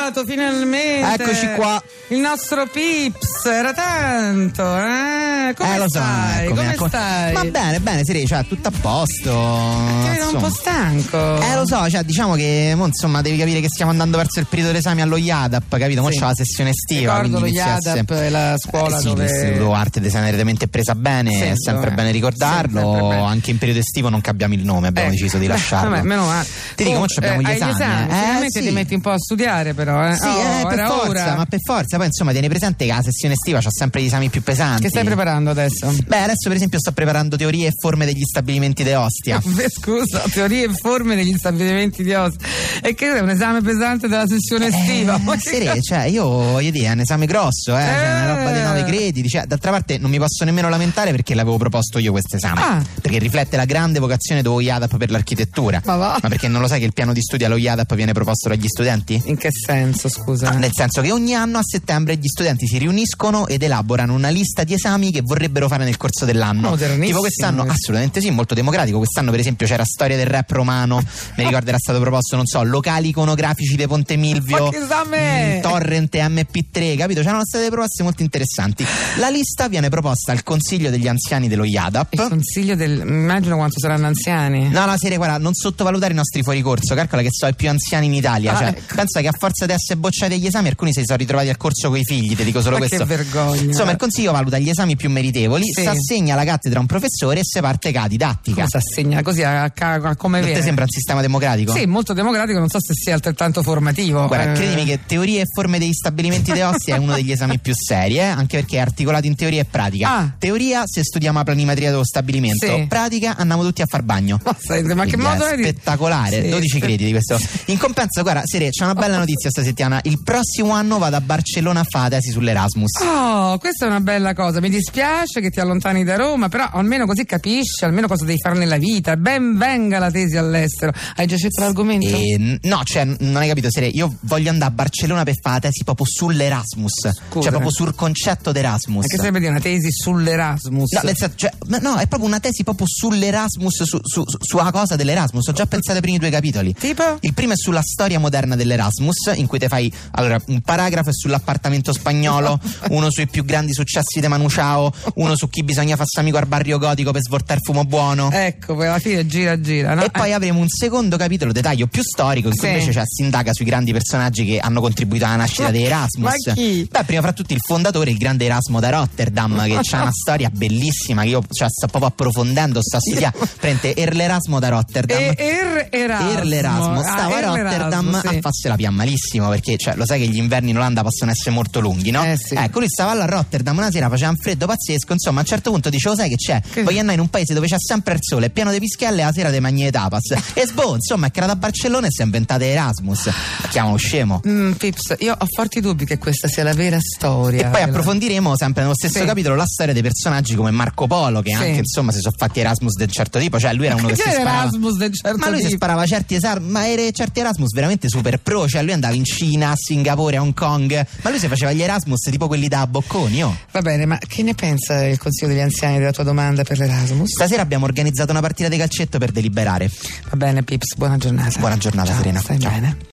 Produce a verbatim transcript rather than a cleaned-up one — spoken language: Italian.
arrivato finalmente. Eccoci qua. Il nostro Pips, era tanto, eh? Come eh, lo stai? So, Come ecco, stai? Ma bene, bene, Siri, cioè tutto a posto. Ti vedo un po' stanco. Eh, lo so, cioè diciamo che mo, insomma devi capire che stiamo andando verso il periodo d'esami allo I A D A P, capito? Mo Sì. c'è la sessione estiva. Ricordo lo quindi I A D A P è la scuola eh, sì, dove... l'Istituto Arte Designeratamente presa bene, Sento, è sempre eh. bene ricordarlo. Sempre bene. Anche in periodo estivo non cambiamo il nome, abbiamo Eh, deciso di beh, lasciarlo. Vabbè, meno male. Ti dico, mo Comunque, abbiamo gli hai esami. gli esami. eh. Finalmente Eh, ti sì. metti un po' a studiare, però. Eh. Sì, oh, eh, per era forza, ora. ma per forza. Poi insomma tieni presente che la sessione estiva c'ha sempre gli esami più pesanti. Che stai preparando adesso? Beh, adesso per esempio sto preparando teorie e forme degli stabilimenti di Ostia. Beh, scusa, teorie e forme degli stabilimenti di Ostia. E che è un esame pesante della sessione estiva? Eh, Ma che Sere, cazzo? cioè io voglio dire, è un esame grosso, eh, cioè, una roba dei nove crediti. Cioè, d'altra parte non mi posso nemmeno lamentare perché l'avevo proposto io questo esame. Ah. Perché riflette la grande vocazione dello I A D A P per l'architettura. Ma va? Ma perché non lo sai che il piano di studio allo I A D A P viene proposto dagli studenti? In che senso, scusa? No, nel senso che ogni anno a settembre gli studenti si riuniscono ed elaborano una lista di esami che vorrebbero fare nel corso dell'anno. Modernissimo. Tipo quest'anno, questo. assolutamente sì, molto democratico. Quest'anno per esempio c'era storia del rap romano, mi ricordo era stato proposto, non so, locali iconografici di Ponte Milvio, Ma che esame è? mh, torrent e M P tre, capito? C'erano state proposte molto interessanti. La lista viene proposta al Consiglio degli Anziani dello I A D A P. Il consiglio del... immagino quanto saranno anziani. No, no, serie, guarda, non sottovalutare i nostri fuoricorso, calcola che sono i più anziani in Italia, Ah, cioè ecco. pensa che a forza di essere bocciati agli esami alcuni si sono ritrovati al corso coi figli, ti dico solo Ma questo. che vergogna. Insomma, il consiglio valuta gli esami più meritevoli, Sì. si assegna la cattedra a un professore e si parte ca didattica. Come si assegna così a, a, a come Non ti viene? sembra un sistema democratico? Sì, molto democratico, non so se sia altrettanto formativo. Guarda, Eh, credimi che teorie e forme degli stabilimenti di Ostia è uno degli esami più seri, eh? Anche perché è articolato in teoria e pratica. Ah. Teoria se studiamo la planimetria dello stabilimento, Sì. pratica andiamo tutti a far bagno. Ma, senti, ma che Quindi modo è è di... spettacolare, Sì, dodici sì. crediti questo. In compenso, guarda, Sere, c'è una bella notizia sta settimana. Il prossimo anno vado a Barcellona a fare la tesi sull'Erasmus. Oh, questa è una bella cosa. Mi dispiace che ti allontani da Roma, però almeno così capisci almeno cosa devi fare nella vita. Ben venga la tesi all'estero. Hai già scelto l'argomento? E, n- no, cioè, n- non hai capito, Sere. Io voglio andare a Barcellona per fare la tesi proprio sull'Erasmus. Scusa. Cioè, proprio sul concetto d'Erasmus. Ma che sarebbe dire una tesi sull'Erasmus? No, nel senso, cioè, ma no, è proprio una tesi proprio sull'Erasmus, su, su, su, sulla cosa dell'Erasmus. Ho già pensato ai primi due capitoli. Tipo? Il primo è sulla storia moderna dell'Erasmus, in cui te fai, allora, un paragrafo è sull'appartamento spagnolo, uno sui più grandi successi di Manu Chao, uno su chi bisogna farsi amico al barrio gotico per svortare fumo buono. Ecco, poi alla fine gira gira, no? E poi avremo un secondo capitolo, dettaglio più storico, in cui Sì. invece c'è si indaga sui grandi personaggi che hanno contribuito alla nascita di Erasmus. Ma chi? Beh, prima fra tutti il fondatore, il grande Erasmo da Rotterdam, che c'ha una storia bellissima che io cioè, sto proprio approfondendo, sto a studiare. Prende Erlerasmo da Rotterdam. E Er Erasmo. Erlerasmo stava Ah, a Rotterdam Erlerasmo, sì. a farsi la pia malissimo, perché cioè, lo sai che gli inverni in Olanda possono essere molto lunghi, no? Eh, sì. Ecco, lui stava là a Rotterdam una sera, faceva un freddo pazzesco, insomma a un certo punto dicevo, sai che c'è? Che- Voglio andare in un paese dove c'è sempre il sole, è pieno di pischelle e la sera dei magni di tapas. E sboh, insomma è creato a Barcellona e si è inventato Erasmus. La chiamano scemo. Mm, Pips, io ho forti dubbi che questa sia la vera storia. E poi approfondiremo sempre nello stesso Sì. capitolo la storia dei personaggi come Marco Polo, che Sì. anche insomma si sono fatti Erasmus del certo tipo, cioè lui era uno che Chi si è sparava. Erasmus del certo Ma lui si tipo? sparava certi esar- ma era certi Erasmus veramente super pro, cioè lui andava in Cina, a Singapore, a Hong Kong, ma lui si faceva gli Erasmus tipo quelli da Bocconi, oh. Va bene, ma che ne pensa il Consiglio degli Anziani della tua domanda per l'Erasmus? Stasera abbiamo organizzato una partita di calcetto per deliberare. Va bene, Pips, buona giornata. Buona giornata, Ciao, Serena. Stai Ciao. bene?